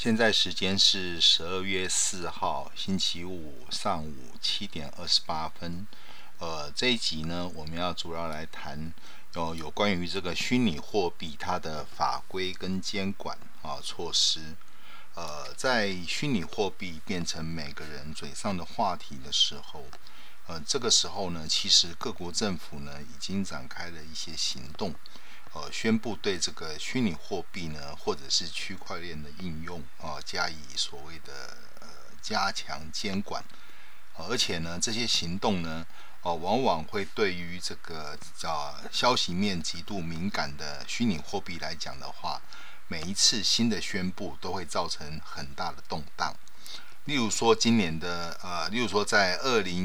现在时间是12月4号星期五上午7点28分。这一集呢，我们要主要来谈有关于这个虚拟货币它的法规跟监管措施。在虚拟货币变成每个人嘴上的话题的时候，这个时候呢，其实各国政府呢已经展开了一些行动。宣布对这个虚拟货币呢，或者是区块链的应用加以所谓的加强监管，而且呢，这些行动呢，往往会对于这个消息面极度敏感的虚拟货币来讲的话，每一次新的宣布都会造成很大的动荡。例如说，今年的例如说在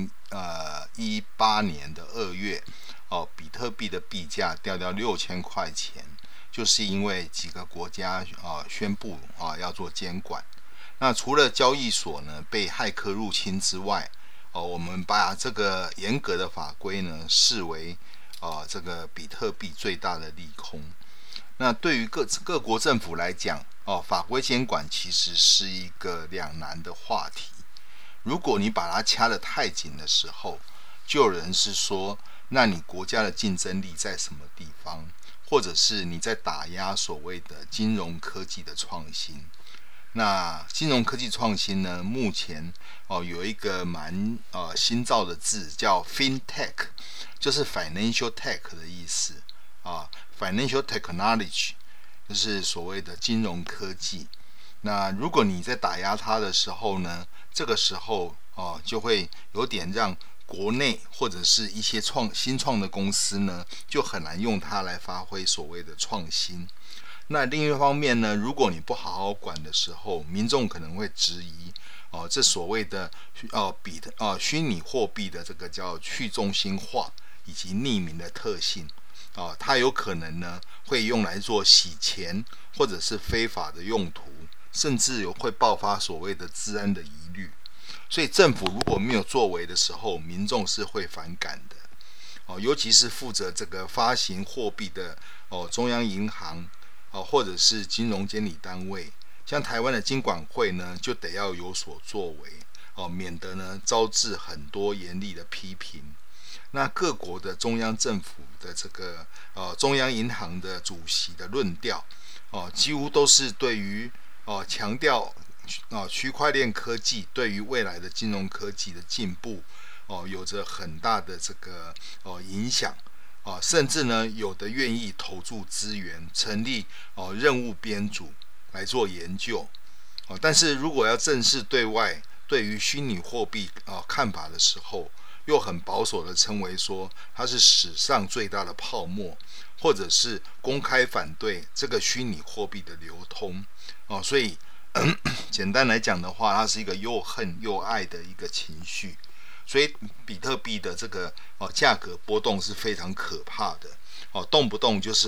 2018年的2月。比特币的币价掉到6000块钱，就是因为几个国家宣布要做监管。那除了交易所呢被骇客入侵之外，我们把这个严格的法规呢视为这个比特币最大的利空。那对于各国政府来讲，法规监管其实是一个两难的话题。如果你把它掐得太紧的时候，就有人是说，那你国家的竞争力在什么地方？或者是你在打压所谓的金融科技的创新？那金融科技创新呢，目前有一个蛮新造的字叫 FinTech， 就是 Financial Tech 的意思Financial Technology 就是所谓的金融科技。那如果你在打压它的时候呢，这个时候就会有点让国内或者是一些新创的公司呢，就很难用它来发挥所谓的创新。那另一方面呢，如果你不好好管的时候，民众可能会质疑这所谓的虚拟货币的这个叫去中心化以及匿名的特性它有可能呢会用来做洗钱或者是非法的用途，甚至会爆发所谓的治安的疑虑。所以政府如果没有作为的时候，民众是会反感的尤其是负责这个发行货币的中央银行或者是金融监理单位，像台湾的金管会呢，就得要有所作为免得呢招致很多严厉的批评。那各国的中央政府的这个中央银行的主席的论调几乎都是对于强调区块链科技对于未来的金融科技的进步有着很大的这个影响甚至呢有的愿意投注资源成立任务编组来做研究但是如果要正式对外对于虚拟货币看法的时候，又很保守的称为说它是史上最大的泡沫，或者是公开反对这个虚拟货币的流通所以简单来讲的话，它是一个又恨又爱的一个情绪。所以比特币的这个价格波动是非常可怕的动不动就是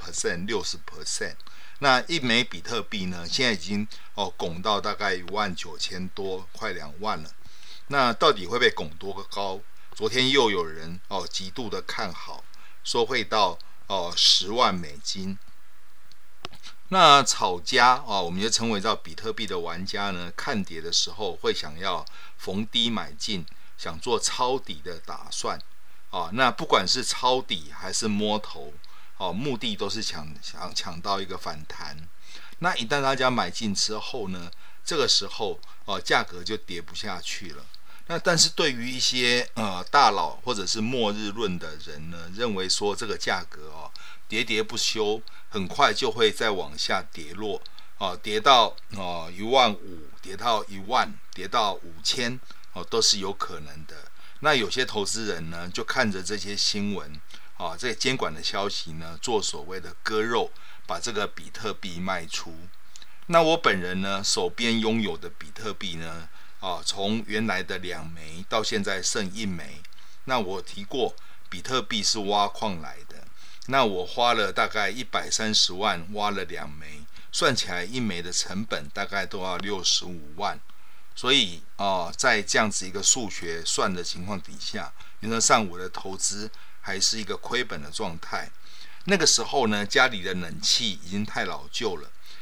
50%、60%。那一枚比特币呢，现在已经拱到大概19000多，快2万了。那到底会被拱多高？昨天又有人极度的看好，说会到10万美金。那炒家我们就称为叫比特币的玩家呢，看跌的时候会想要逢低买进，想做抄底的打算那不管是抄底还是摸头目的都是想抢到一个反弹。那一旦大家买进之后呢，这个时候价格就跌不下去了。那但是对于一些大佬或者是末日论的人呢，认为说这个价格喋喋不休，很快就会再往下跌落跌到15000，跌到1万，跌到5000都是有可能的。那有些投资人呢，就看着这些新闻这个监管的消息呢，做所谓的割肉，把这个比特币卖出。那我本人呢，手边拥有的比特币呢从原来的2枚到现在剩1枚。那我提过，比特币是挖矿来的。那我花了大概130万挖了2枚，算起来1枚的成本大概都要65万。所以在这样子一个数学算的情况底下，原则上我的投资还是一个亏本的状态。那个时候呢，家里的冷气已经太老旧了，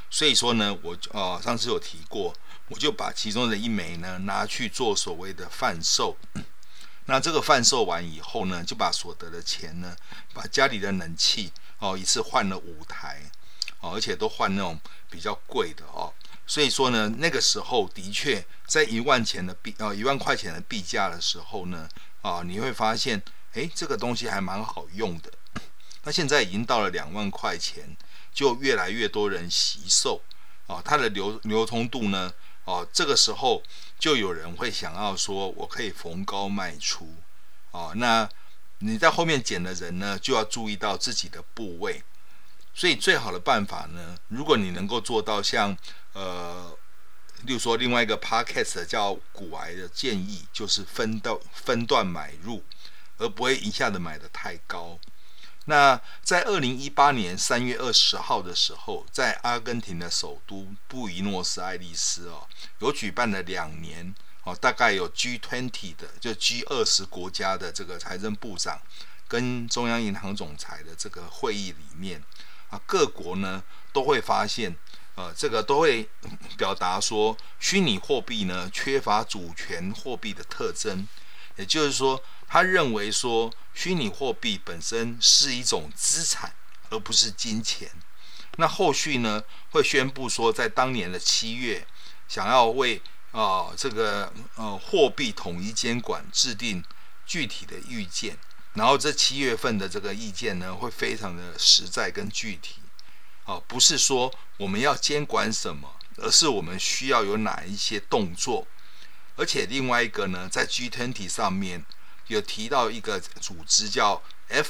所以说呢，我上次有提过，我就把其中的一枚呢拿去做所谓的贩售。那这个贩售完以后呢，就把所得的钱呢，把家里的冷气一次换了5台，而且都换那种比较贵的所以说呢，那个时候的确在1万块钱的币价的时候呢，你会发现，这个东西还蛮好用的。那现在已经到了2万块钱，就越来越多人惜售它的流通度呢，这个时候就有人会想要说，我可以逢高卖出那你在后面捡的人呢，就要注意到自己的部位。所以最好的办法呢，如果你能够做到像例如说另外一个 podcast 叫股癌的建议，就是分段买入，而不会一下子买得太高。那在2018年3月20号的时候，在阿根廷的首都布宜诺斯艾利斯有举办了2年大概有 G20 的，就 G20 国家的这个财政部长跟中央银行总裁的这个会议里面各国呢都会发现这个都会表达说，虚拟货币呢缺乏主权货币的特征，也就是说，他认为说虚拟货币本身是一种资产，而不是金钱。那后续呢会宣布说，在当年的7月，想要为这个货币统一监管制定具体的意见，然后这7月份的这个意见呢会非常的实在跟具体不是说我们要监管什么，而是我们需要有哪一些动作。而且另外一个呢，在 G20 上面有提到一个组织叫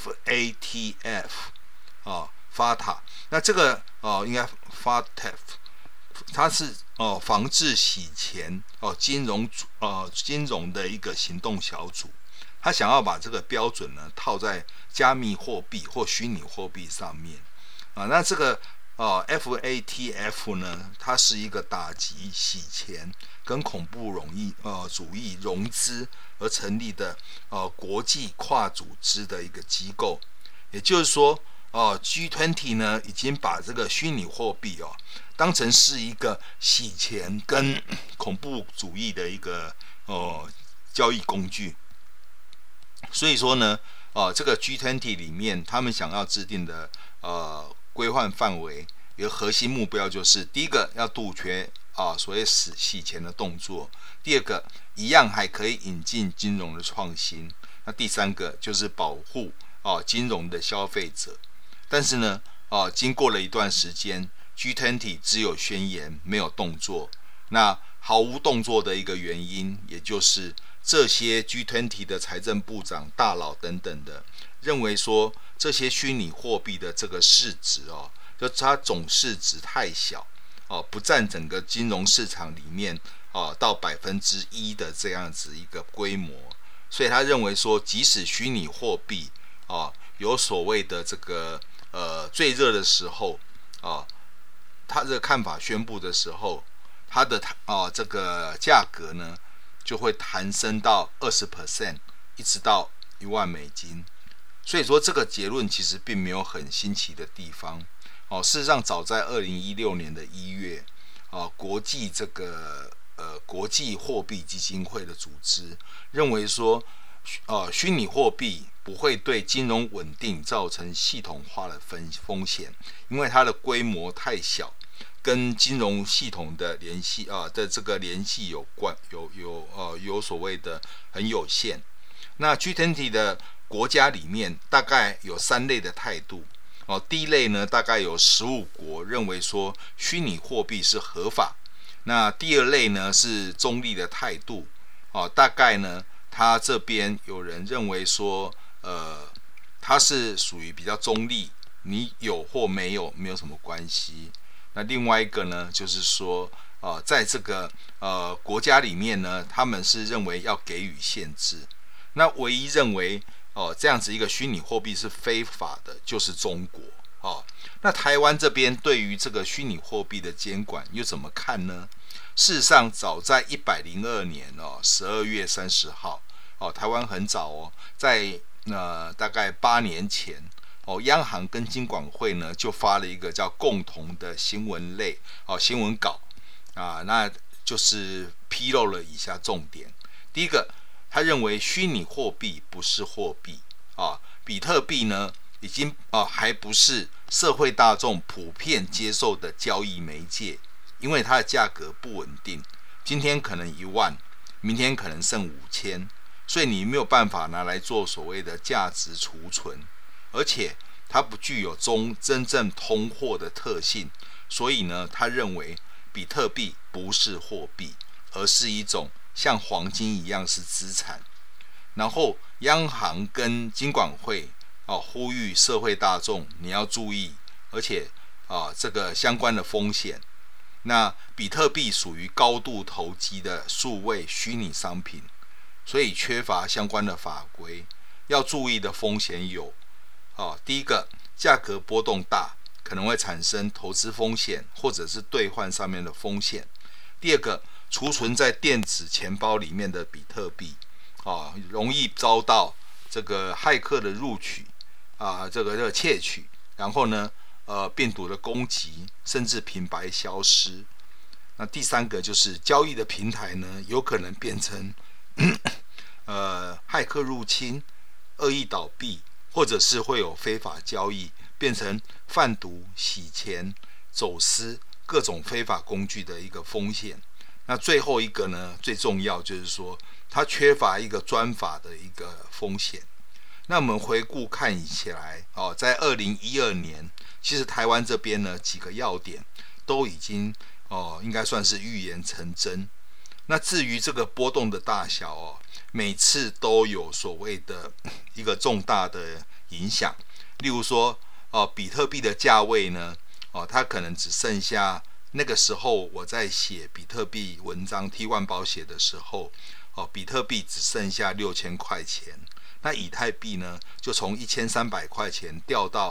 FATF FATA， 那这个应该 FATF， 它是防治洗钱金融的一个行动小组，他想要把这个标准呢套在加密货币或虚拟货币上面那这个FATF 呢，它是一个打击洗钱跟恐怖主义融资而成立的国际跨组织的一个机构。也就是说G20 呢已经把这个虚拟货币当成是一个洗钱跟恐怖主义的一个交易工具。所以说呢这个 G20 里面他们想要制定的规范范围有核心目标，就是第一个要杜绝所谓洗钱的动作，第二个一样还可以引进金融的创新，那第三个就是保护金融的消费者。但是呢经过了一段时间， G20 只有宣言没有动作。那毫无动作的一个原因，也就是这些 G20 的财政部长大佬等等的认为说，这些虚拟货币的这个市值就它总市值太小不占整个金融市场里面到1%的这样子一个规模，所以他认为说，即使虚拟货币有所谓的这个最热的时候他这个看法宣布的时候，它的这个价格呢就会弹升到20%，一直到1万美金。所以说这个结论其实并没有很新奇的地方事实上早在2016年的1月国际这个国际货币基金会的组织认为说虚拟货币不会对金融稳定造成系统化的风险，因为它的规模太小，跟金融系统的联系的这个联系有所谓的很有限。那 G20 的国家里面大概有3类的态度第一类呢，大概有15国认为说虚拟货币是合法。那第二类呢是中立的态度大概呢他这边有人认为说它是属于比较中立，你有或没有什么关系。那另外一个呢就是说在这个国家里面呢，他们是认为要给予限制。那唯一认为这样子一个虚拟货币是非法的就是中国那台湾这边对于这个虚拟货币的监管又怎么看呢？事实上早在102年12月30号台湾很早在大概8年前央行跟金管会呢就发了一个叫共同的新闻新闻稿那就是披露了以下重点。第一个，他认为虚拟货币不是货币比特币呢已经还不是社会大众普遍接受的交易媒介，因为它的价格不稳定，今天可能1万，明天可能剩5000，所以你没有办法拿来做所谓的价值储存，而且它不具有真正通货的特性，所以呢，他认为比特币不是货币，而是一种像黄金一样是资产。然后央行跟金管会呼吁社会大众你要注意，而且这个相关的风险。那比特币属于高度投机的数位虚拟商品，所以缺乏相关的法规。要注意的风险有第一个，价格波动大，可能会产生投资风险或者是兑换上面的风险。第二个，储存在电子钱包里面的比特币容易遭到这个骇客的入取这个窃取，然后呢病毒的攻击，甚至平白消失。那第三个就是交易的平台呢有可能变成骇客入侵、恶意倒闭，或者是会有非法交易，变成贩毒、洗钱、走私各种非法工具的一个风险。那最后一个呢，最重要就是说它缺乏一个专法的一个风险。那我们回顾看起来在2012年，其实台湾这边呢几个要点都已经应该算是预言成真。那至于这个波动的大小每次都有所谓的一个重大的影响。例如说比特币的价位呢它可能只剩下那个时候我在写比特币文章 T1 保写的时候比特币只剩下6000块钱，那以太币呢就从1300块钱掉到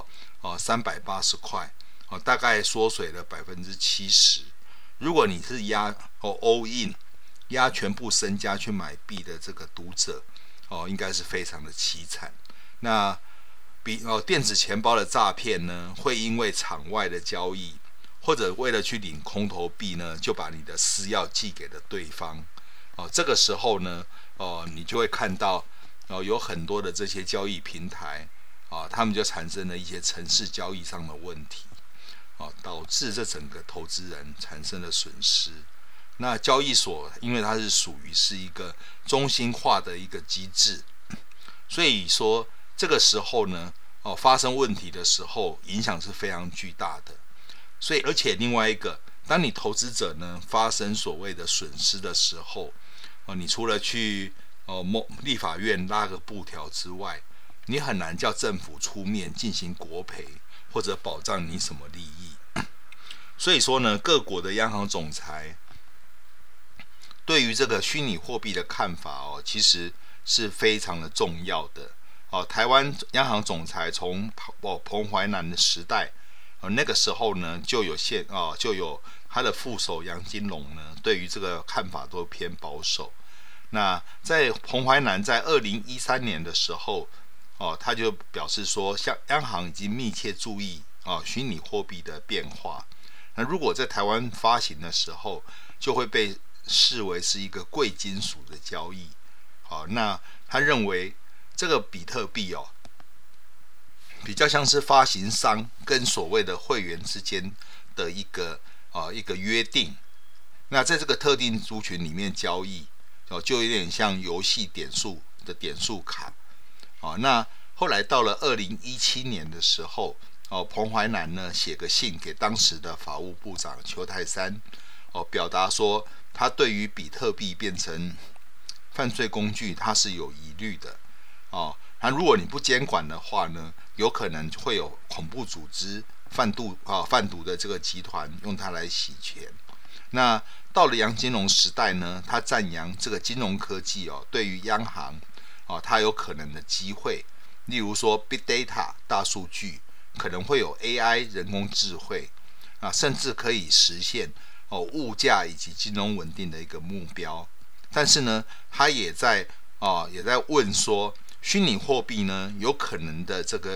380块大概缩水了70%。如果你是押all in 押全部身家去买币的这个读者应该是非常的凄惨。那电子钱包的诈骗呢，会因为场外的交易或者为了去领空头币呢，就把你的私钥寄给了对方这个时候呢你就会看到有很多的这些交易平台他们就产生了一些程式交易上的问题导致这整个投资人产生了损失。那交易所因为它是属于是一个中心化的一个机制，所以说这个时候呢发生问题的时候影响是非常巨大的。所以而且另外一个，当你投资者呢发生所谓的损失的时候你除了去立法院拉个布条之外，你很难叫政府出面进行国赔或者保障你什么利益。所以说呢，各国的央行总裁对于这个虚拟货币的看法其实是非常的重要的台湾央行总裁从彭淮南的时代那个时候呢就有他的副手杨金龙呢对于这个看法都偏保守。那在彭淮南在2013年的时候他就表示说，像央行已经密切注意虚拟货币的变化，那如果在台湾发行的时候就会被视为是一个贵金属的交易那他认为这个比特币比较像是发行商跟所谓的会员之间的一个约定。那在这个特定族群里面交易就有点像游戏点数的点数卡那后来到了2017年的时候彭淮南呢写个信给当时的法务部长邱泰山表达说他对于比特币变成犯罪工具他是有疑虑的那如果你不监管的话呢，有可能会有恐怖组织贩毒的这个集团用它来洗钱。那到了杨金龙时代呢，他赞扬这个金融科技对于央行它有可能的机会，例如说 Big Data 大数据可能会有 AI 人工智慧甚至可以实现物价以及金融稳定的一个目标。但是呢，他也在问说，虚拟货币呢有可能的这个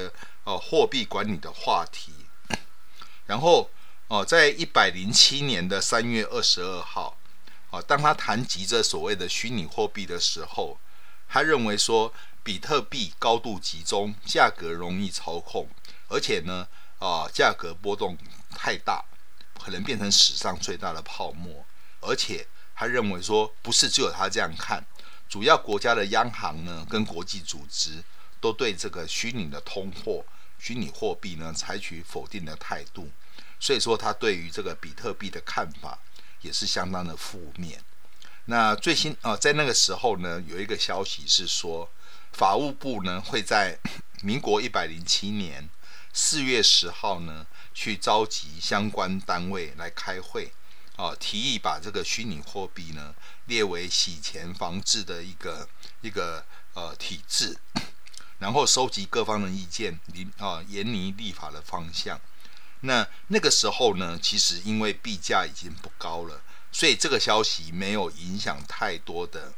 货币管理的话题。然后在107年的3月22号，当他谈及这所谓的虚拟货币的时候，他认为说比特币高度集中，价格容易操控，而且呢，价格波动太大，可能变成史上最大的泡沫。而且他认为说，不是只有他这样看，主要国家的央行呢跟国际组织都对这个虚拟的通货、虚拟货币呢采取否定的态度。所以说，他对于这个比特币的看法也是相当的负面。那最新在那个时候呢，有一个消息是说，法务部呢会在民国107年4月10号呢去召集相关单位来开会，提议把这个虚拟货币呢列为洗钱防治的一个体制，然后收集各方的意见，研拟立法的方向。那个时候呢，其实因为币价已经不高了，所以这个消息没有影响太多的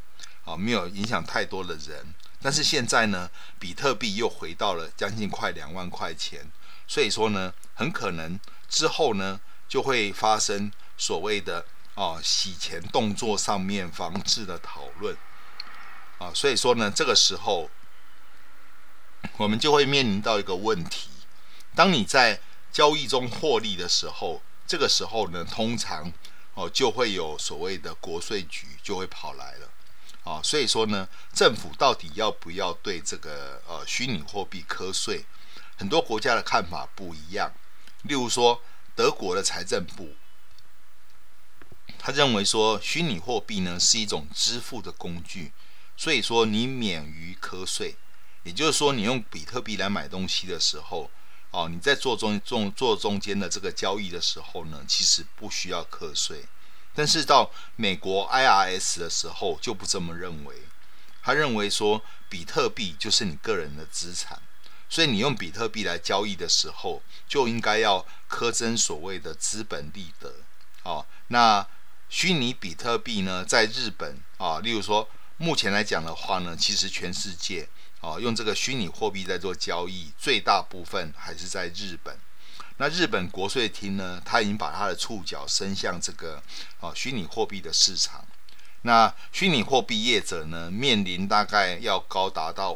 人。但是现在呢，比特币又回到了将近快2万块钱，所以说呢，很可能之后呢就会发生所谓的洗钱动作上面防治的讨论所以说呢，这个时候我们就会面临到一个问题：当你在交易中获利的时候，这个时候呢，通常就会有所谓的国税局就会跑来了所以说呢，政府到底要不要对这个虚拟货币课税？很多国家的看法不一样。例如说，德国的财政部，他认为说，虚拟货币呢是一种支付的工具，所以说你免于课税。也就是说，你用比特币来买东西的时候，你在做中间的这个交易的时候呢，其实不需要课税。但是到美国 IRS 的时候就不这么认为，他认为说比特币就是你个人的资产，所以你用比特币来交易的时候，就应该要课征所谓的资本利得。那虚拟比特币呢，在日本例如说目前来讲的话呢，其实全世界用这个虚拟货币在做交易，最大部分还是在日本。那日本国税厅呢，他已经把他的触角伸向这个虚拟货币的市场。那虚拟货币业者呢，面临大概要高达到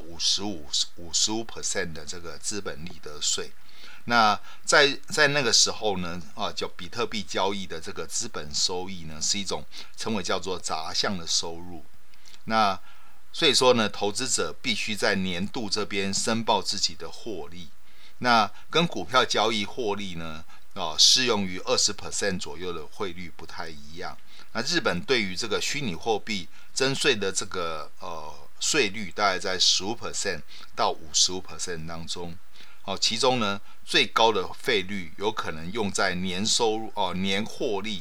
55% 的这个资本利得税。那在那个时候呢，就比特币交易的这个资本收益呢，是一种称为叫做杂项的收入。那所以说呢，投资者必须在年度这边申报自己的获利。那跟股票交易获利呢，适用于20% 左右的汇率不太一样。那日本对于这个虚拟货币征税的这个税率大概在15% 到55% 当中。其中呢，最高的费率有可能用在年获利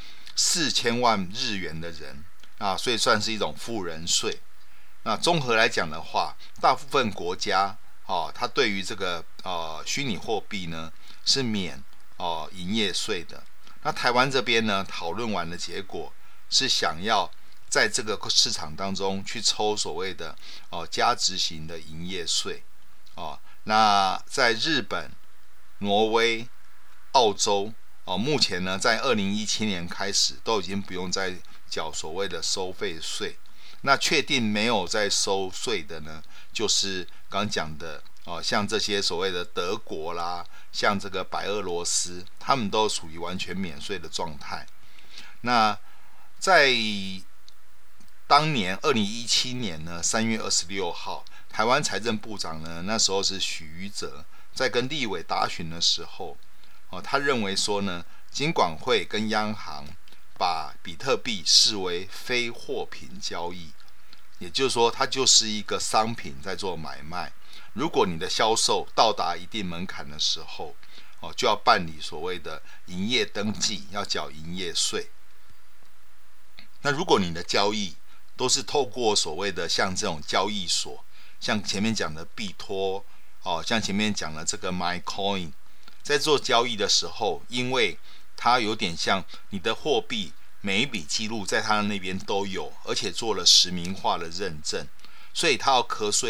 4000万日元的人所以算是一种富人税。那综合来讲的话，大部分国家它对于这个虚拟货币呢是免营业税的。那台湾这边呢，讨论完的结果是想要在这个市场当中去抽所谓的加值型的营业税那在日本、挪威、澳洲目前呢，在2017年开始都已经不用再缴所谓的收费税。那确定没有在收税的呢，就是刚讲的像这些所谓的德国啦，像这个白俄罗斯，他们都属于完全免税的状态。那在当年2017年呢3月26号，台湾财政部长呢，那时候是许瑜哲，在跟立委答询的时候他认为说呢，金管会跟央行把比特币视为非货品交易，也就是说它就是一个商品在做买卖。如果你的销售到达一定门槛的时候就要办理所谓的营业登记，要缴营业税。那如果你的交易都是透过所谓的像这种交易所，像前面讲的币托像前面讲的这个 MyCoin， 在做交易的时候，因为它有点像你的货币每一笔记录在它那边都有，而且做了实名化的认证，所以它要课税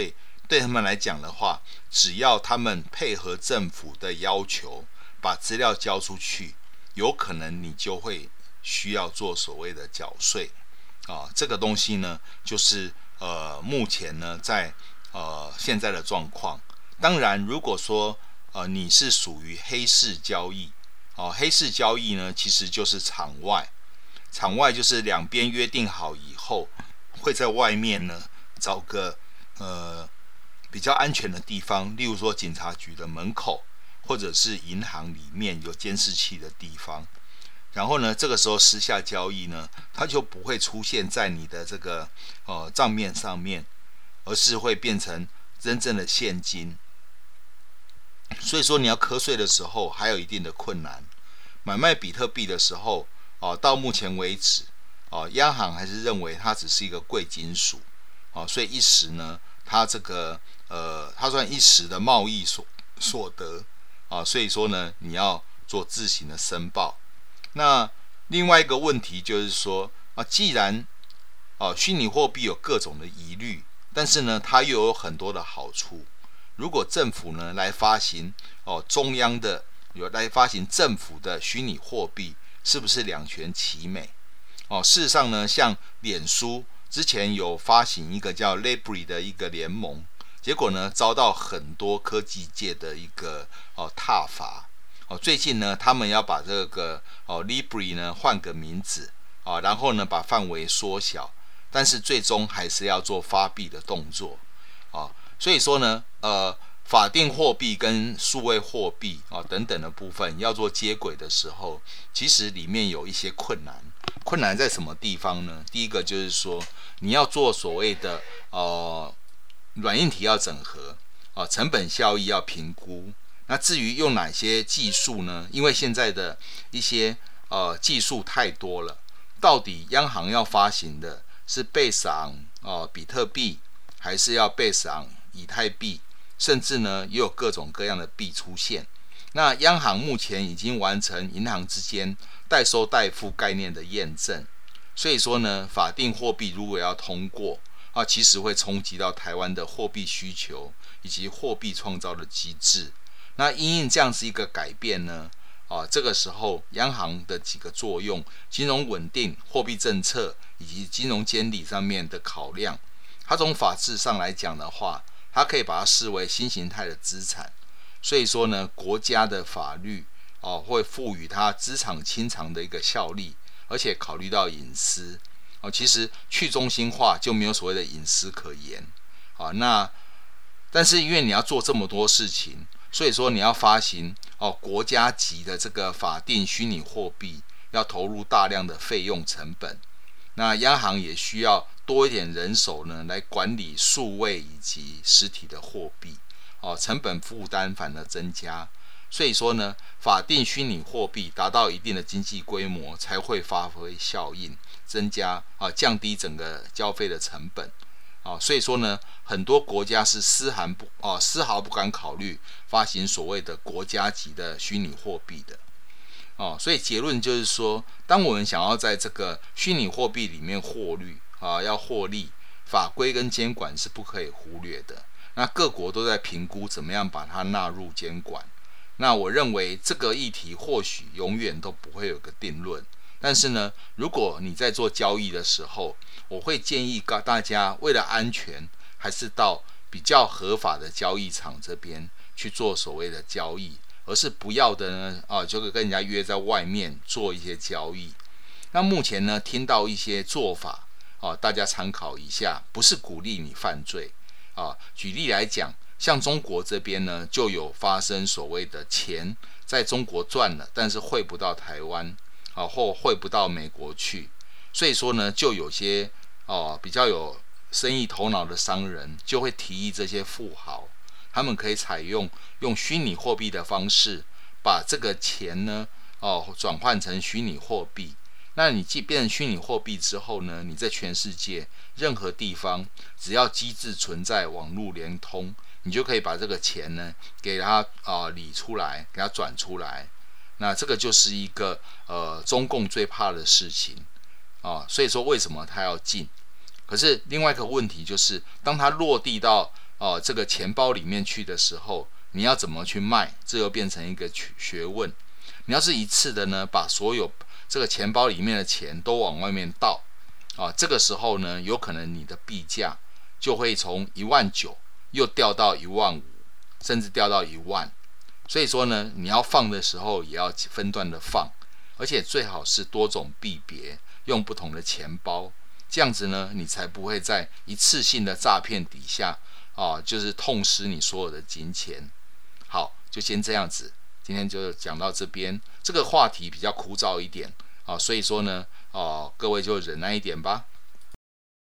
对他们来讲的话，只要他们配合政府的要求，把资料交出去，有可能你就会需要做所谓的缴税这个东西呢，就是目前呢在现在的状况。当然，如果说你是属于黑市交易黑市交易呢，其实就是场外就是两边约定好以后，会在外面呢找个比较安全的地方，例如说警察局的门口，或者是银行里面有监视器的地方。然后呢，这个时候私下交易呢，它就不会出现在你的这个账面上面，而是会变成真正的现金。所以说你要课税的时候还有一定的困难。买卖比特币的时候到目前为止央行还是认为它只是一个贵金属所以一时呢，它这个它算一时的贸易所得所以说呢，你要做自行的申报。那另外一个问题就是说既然虚拟货币有各种的疑虑，但是呢，它又有很多的好处。如果政府呢来发行中央的来发行政府的虚拟货币，是不是两全其美？事实上呢，像脸书之前有发行一个叫 Libra 的一个联盟，结果呢遭到很多科技界的一个挞伐。最近呢，他们要把这个Libra 呢换个名字然后呢把范围缩小，但是最终还是要做发币的动作所以说呢，法定货币跟数位货币等等的部分要做接轨的时候，其实里面有一些困难。困难在什么地方呢？第一个就是说，你要做所谓的软硬体要整合成本效益要评估。那至于用哪些技术呢？因为现在的一些技术太多了，到底央行要发行的是based on比特币，还是要based on以太币，甚至呢也有各种各样的币出现。那央行目前已经完成银行之间代收代付概念的验证，所以说呢，法定货币如果要通过其实会冲击到台湾的货币需求以及货币创造的机制。那因应这样子一个改变呢这个时候央行的几个作用，金融稳定、货币政策以及金融监理上面的考量，它从法制上来讲的话，它可以把它视为新形态的资产。所以说呢，国家的法律会赋予它资产清偿的一个效力，而且考虑到隐私其实去中心化就没有所谓的隐私可言那但是因为你要做这么多事情，所以说你要发行国家级的这个法定虚拟货币，要投入大量的费用成本。那央行也需要多一点人手呢，来管理数位以及实体的货币成本负担反而增加。所以说呢，法定虚拟货币达到一定的经济规模，才会发挥效应，增加降低整个交费的成本所以说呢，很多国家是丝毫不敢考虑发行所谓的国家级的虚拟货币的所以结论就是说，当我们想要在这个虚拟货币里面要获利，法规跟监管是不可以忽略的。那各国都在评估怎么样把它纳入监管。那我认为这个议题或许永远都不会有个定论，但是呢，如果你在做交易的时候，我会建议大家为了安全，还是到比较合法的交易场这边去做所谓的交易，而是不要的呢就跟人家约在外面做一些交易。那目前呢，听到一些做法大家参考一下，不是鼓励你犯罪举例来讲，像中国这边呢，就有发生所谓的钱在中国赚了，但是汇不到台湾或汇不到美国去。所以说呢，就有些比较有生意头脑的商人就会提议这些富豪，他们可以采用虚拟货币的方式，把这个钱呢转换成虚拟货币。那你既变成虚拟货币之后呢，你在全世界任何地方，只要机制存在，网络连通，你就可以把这个钱呢给它理出来，给它转出来。那这个就是一个中共最怕的事情所以说为什么它要禁？可是另外一个问题就是，当它落地到这个钱包里面去的时候，你要怎么去卖，这又变成一个学问。你要是一次的呢，把所有这个钱包里面的钱都往外面倒这个时候呢，有可能你的币价就会从19000又掉到15000，甚至掉到1万。所以说呢，你要放的时候也要分段的放，而且最好是多种币别，用不同的钱包，这样子呢，你才不会在一次性的诈骗底下就是痛失你所有的金钱。好，就先这样子，今天就讲到这边。这个话题比较枯燥一点所以说呢各位就忍耐一点吧。